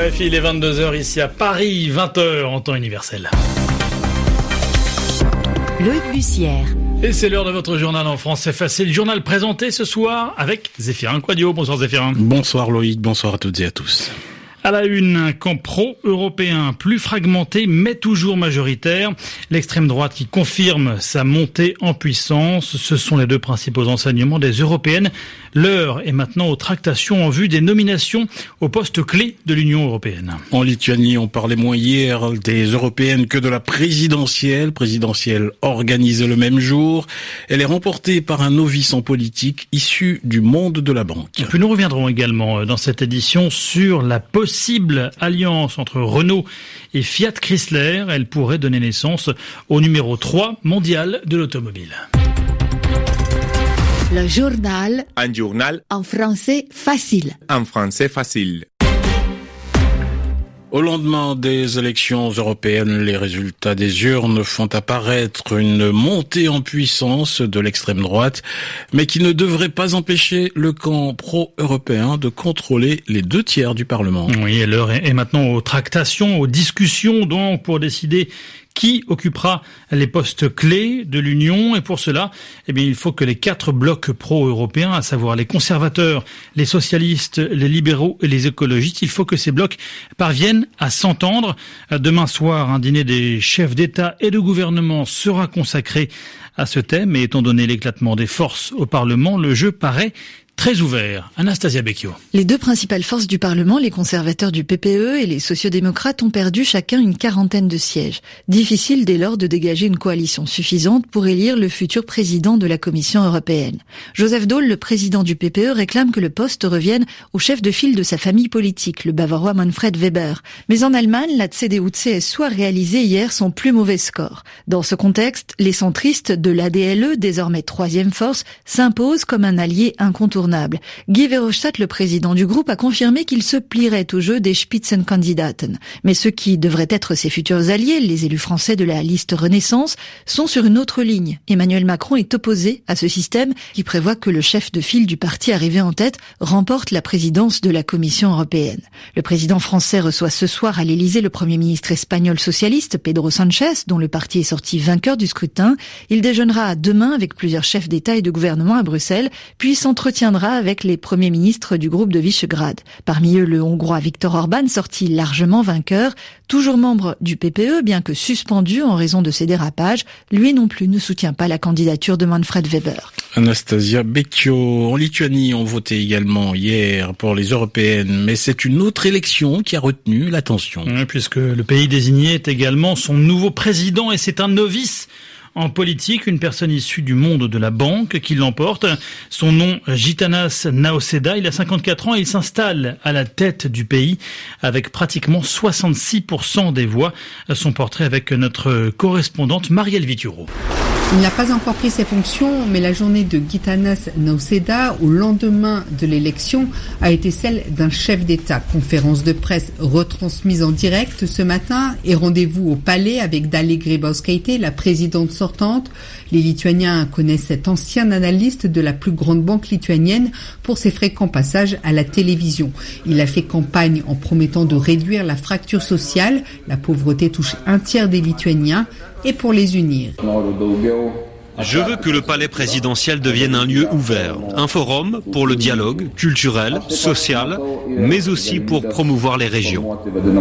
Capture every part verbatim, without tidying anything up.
R F I, il est vingt-deux heures ici à Paris, vingt heures en temps universel. Loïc Bussière. Et c'est l'heure de votre journal en français facile. Journal présenté ce soir avec Zéphirin Quadio. Bonsoir Zéphirin. Bonsoir Loïc, bonsoir à toutes et à tous. À la une, un camp pro-européen plus fragmenté mais toujours majoritaire. L'extrême droite qui confirme sa montée en puissance. Ce sont les deux principaux enseignements des européennes. L'heure est maintenant aux tractations en vue des nominations aux postes clés de l'Union européenne. En Lituanie, on parlait moins hier des européennes que de la présidentielle. Présidentielle organisée le même jour. Elle est remportée par un novice en politique issu du monde de la banque. Et puis nous reviendrons également dans cette édition sur la possibilité Possible alliance entre Renault et Fiat Chrysler. Elle pourrait donner naissance au numéro trois mondial de l'automobile. Le journal. Un journal. En français facile. En français facile. Au lendemain des élections européennes, les résultats des urnes font apparaître une montée en puissance de l'extrême droite, mais qui ne devrait pas empêcher le camp pro-européen de contrôler les deux tiers du Parlement. Oui, et l'heure est maintenant aux tractations, aux discussions donc pour décider qui occupera les postes clés de l'Union. Et pour cela, eh bien, il faut que les quatre blocs pro-européens, à savoir les conservateurs, les socialistes, les libéraux et les écologistes, il faut que ces blocs parviennent à s'entendre. Demain soir, un dîner des chefs d'État et de gouvernement sera consacré à ce thème. Et étant donné l'éclatement des forces au Parlement, le jeu paraît très ouvert. Anastasia Becchio. Les deux principales forces du Parlement, les conservateurs du P P E et les sociodémocrates, ont perdu chacun une quarantaine de sièges. Difficile dès lors de dégager une coalition suffisante pour élire le futur président de la Commission européenne. Joseph Daul, le président du P P E, réclame que le poste revienne au chef de file de sa famille politique, le bavarois Manfred Weber. Mais en Allemagne, la C D U C S U a réalisé hier son plus mauvais score. Dans ce contexte, les centristes de l'A D L E, désormais troisième force, s'imposent comme un allié incontournable. Guy Verhofstadt, le président du groupe, a confirmé qu'il se plierait au jeu des Spitzenkandidaten. Mais ceux qui devraient être ses futurs alliés, les élus français de la liste Renaissance, sont sur une autre ligne. Emmanuel Macron est opposé à ce système qui prévoit que le chef de file du parti arrivé en tête remporte la présidence de la Commission européenne. Le président français reçoit ce soir à l'Élysée le premier ministre espagnol socialiste, Pedro Sánchez, dont le parti est sorti vainqueur du scrutin. Il déjeunera demain avec plusieurs chefs d'État et de gouvernement à Bruxelles, puis s'entretiendra avec les premiers ministres du groupe de Visegrad. Parmi eux, le Hongrois Viktor Orban, sorti largement vainqueur, toujours membre du P P E, bien que suspendu en raison de ses dérapages, lui non plus ne soutient pas la candidature de Manfred Weber. Anastasia Becchio. En Lituanie, on votait également hier pour les européennes, mais c'est une autre élection qui a retenu l'attention. Oui, puisque le pays désigné est également son nouveau président et c'est un novice en politique, une personne issue du monde de la banque qui l'emporte. Son nom, Gitanas Nausėda, il a cinquante-quatre ans et il s'installe à la tête du pays avec pratiquement soixante-six pour cent des voix. Son portrait avec notre correspondante Marielle Vituro. Il n'a pas encore pris ses fonctions, mais la journée de Gitanas Nausėda, au lendemain de l'élection, a été celle d'un chef d'État. Conférence de presse retransmise en direct ce matin et rendez-vous au palais avec Dalia Grybauskaitė, la présidente sortante. Les Lituaniens connaissent cet ancien analyste de la plus grande banque lituanienne pour ses fréquents passages à la télévision. Il a fait campagne en promettant de réduire la fracture sociale. La pauvreté touche un tiers des Lituaniens. Et pour les unir. Je veux que le palais présidentiel devienne un lieu ouvert, un forum pour le dialogue culturel, social, mais aussi pour promouvoir les régions.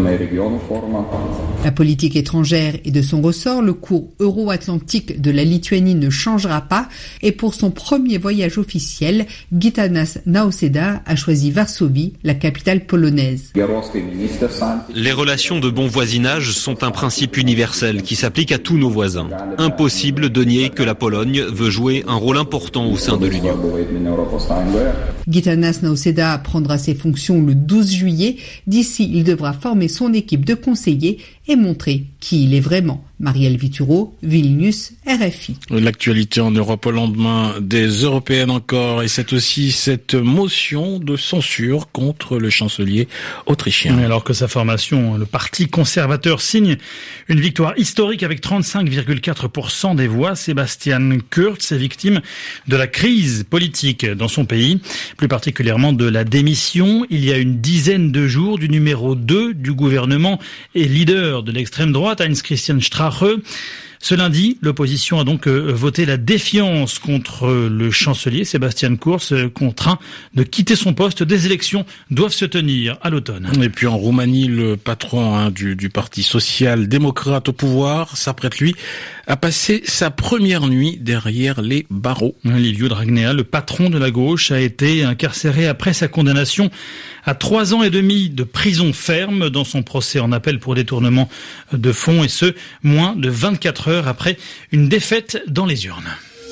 La politique étrangère est de son ressort. Le cours euro-atlantique de la Lituanie ne changera pas. Et pour son premier voyage officiel, Gitanas Nausėda a choisi Varsovie, la capitale polonaise. Les relations de bon voisinage sont un principe universel qui s'applique à tous nos voisins. Impossible de nier que la Pologne veut jouer un rôle important au sein de l'Union. Gitanas Nausėda prendra ses fonctions le douze juillet. D'ici, il devra former son équipe de conseillers et montrer qui il est vraiment. Marielle Vituro, Vilnius, R F I. L'actualité en Europe au lendemain des européennes encore, et c'est aussi cette motion de censure contre le chancelier autrichien. Alors que sa formation, le Parti conservateur, signe une victoire historique avec trente-cinq virgule quatre pour cent des voix, Sebastian Kurz est victime de la crise politique dans son pays, plus particulièrement de la démission il y a une dizaine de jours du numéro deux du gouvernement et leader de l'extrême droite, Heinz-Christian Strache. Ce lundi, l'opposition a donc voté la défiance contre le chancelier Sebastian Kurz, contraint de quitter son poste. Des élections doivent se tenir à l'automne. Et puis en Roumanie, le patron hein, du, du Parti social-démocrate au pouvoir s'apprête, lui, à passer sa première nuit derrière les barreaux. Liviu Dragnea, le patron de la gauche, a été incarcéré après sa condamnation à trois ans et demi de prison ferme dans son procès en appel pour détournement de fonds, et ce, moins de vingt-quatre heures après une défaite dans les urnes.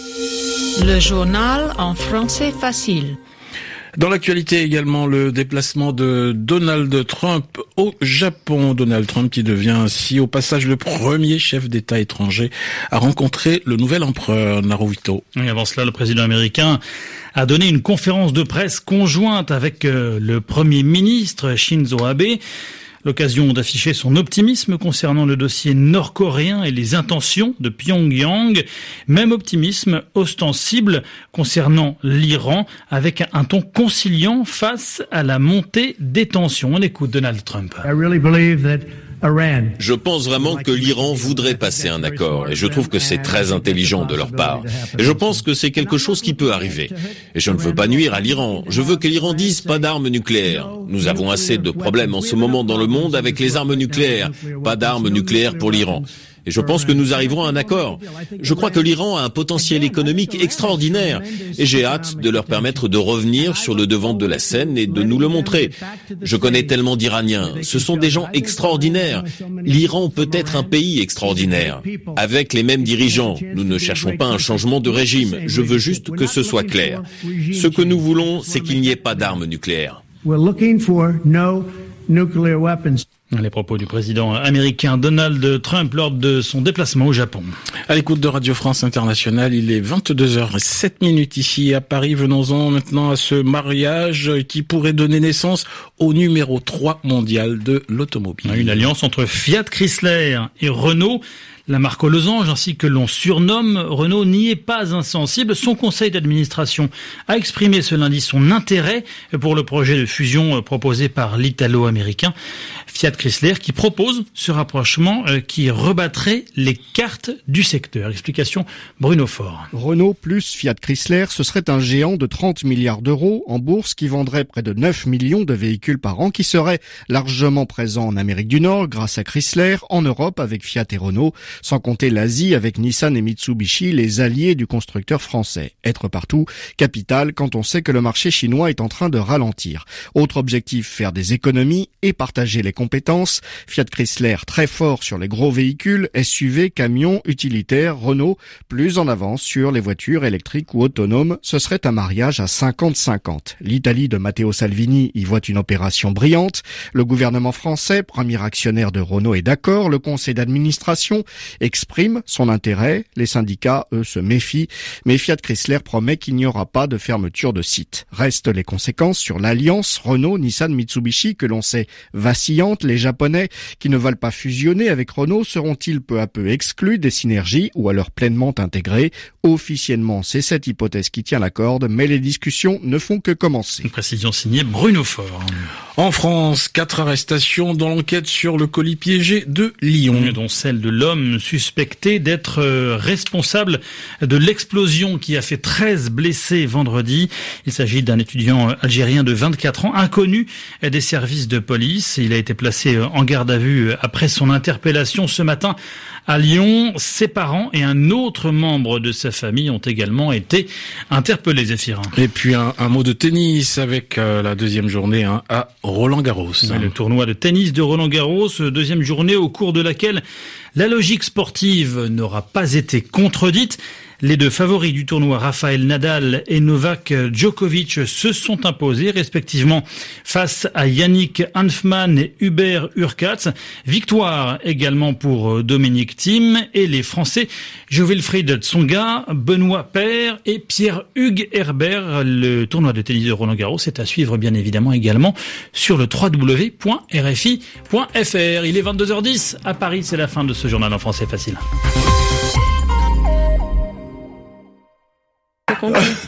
Le journal en français facile. Dans l'actualité également, le déplacement de Donald Trump au Japon. Donald Trump qui devient ainsi au passage le premier chef d'État étranger à rencontrer le nouvel empereur Naruhito. Et avant cela, le président américain a donné une conférence de presse conjointe avec le Premier ministre Shinzo Abe. L'occasion d'afficher son optimisme concernant le dossier nord-coréen et les intentions de Pyongyang. Même optimisme ostensible concernant l'Iran, avec un ton conciliant face à la montée des tensions. On écoute Donald Trump. I really believe that Je pense vraiment que l'Iran voudrait passer un accord et je trouve que c'est très intelligent de leur part. Et je pense que c'est quelque chose qui peut arriver. Et je ne veux pas nuire à l'Iran. Je veux que l'Iran dise pas d'armes nucléaires. Nous avons assez de problèmes en ce moment dans le monde avec les armes nucléaires. Pas d'armes nucléaires pour l'Iran. Et je pense que nous arriverons à un accord. Je crois que l'Iran a un potentiel économique extraordinaire et j'ai hâte de leur permettre de revenir sur le devant de la scène et de nous le montrer. Je connais tellement d'Iraniens. Ce sont des gens extraordinaires. L'Iran peut être un pays extraordinaire. Avec les mêmes dirigeants, nous ne cherchons pas un changement de régime. Je veux juste que ce soit clair. Ce que nous voulons, c'est qu'il n'y ait pas d'armes nucléaires. Les propos du président américain Donald Trump lors de son déplacement au Japon. À l'écoute de Radio France Internationale, il est vingt-deux heures sept minutes ici à Paris. Venons-en maintenant à ce mariage qui pourrait donner naissance au numéro trois mondial de l'automobile. Une alliance entre Fiat Chrysler et Renault. La marque aux losanges, ainsi que l'on surnomme Renault, n'y est pas insensible. Son conseil d'administration a exprimé ce lundi son intérêt pour le projet de fusion proposé par l'italo-américain Fiat Chrysler, qui propose ce rapprochement qui rebattrait les cartes du secteur. Explication Bruno Faure. Renault plus Fiat Chrysler, ce serait un géant de trente milliards d'euros en bourse qui vendrait près de neuf millions de véhicules par an, qui serait largement présent en Amérique du Nord grâce à Chrysler, en Europe avec Fiat et Renault, sans compter l'Asie avec Nissan et Mitsubishi, les alliés du constructeur français. Être partout, capital quand on sait que le marché chinois est en train de ralentir. Autre objectif, faire des économies et partager les compétences. Fiat Chrysler très fort sur les gros véhicules, S U V, camions, utilitaires, Renault plus en avance sur les voitures électriques ou autonomes. Ce serait un mariage à cinquante cinquante. L'Italie de Matteo Salvini y voit une opération brillante. Le gouvernement français, premier actionnaire de Renault, est d'accord. Le conseil d'administration exprime son intérêt. Les syndicats, eux, se méfient. Mais Fiat Chrysler promet qu'il n'y aura pas de fermeture de site. Restent les conséquences sur l'alliance Renault, Nissan, Mitsubishi que l'on sait vacillante. Les Japonais qui ne veulent pas fusionner avec Renault seront-ils peu à peu exclus des synergies ou alors pleinement intégrés? Officiellement, c'est cette hypothèse qui tient la corde, mais les discussions ne font que commencer. Une précision signée Bruno Faure. En France, quatre arrestations dans l'enquête sur le colis piégé de Lyon, dont celle de l'homme suspecté d'être responsable de l'explosion qui a fait treize blessés vendredi. Il s'agit d'un étudiant algérien de vingt-quatre ans, inconnu des services de police. Il a été placé en garde à vue après son interpellation ce matin à Lyon. Ses parents et un autre membre de sa famille ont également été interpellés, Zéphirin. Et puis un, un mot de tennis avec euh, la deuxième journée hein, à Roland-Garros. Le tournoi de tennis de Roland-Garros, deuxième journée au cours de laquelle la logique sportive n'aura pas été contredite. Les deux favoris du tournoi, Rafael Nadal et Novak Djokovic, se sont imposés respectivement face à Yannick Hanfmann et Hubert Hurkacz. Victoire également pour Dominic Thiem et les Français Jo-Wilfried Tsonga, Benoît Paire et Pierre-Hugues Herbert. Le tournoi de tennis de Roland-Garros est à suivre bien évidemment également sur le w w w point r f i point f r. Il est vingt-deux heures dix à Paris, c'est la fin de ce journal en français facile.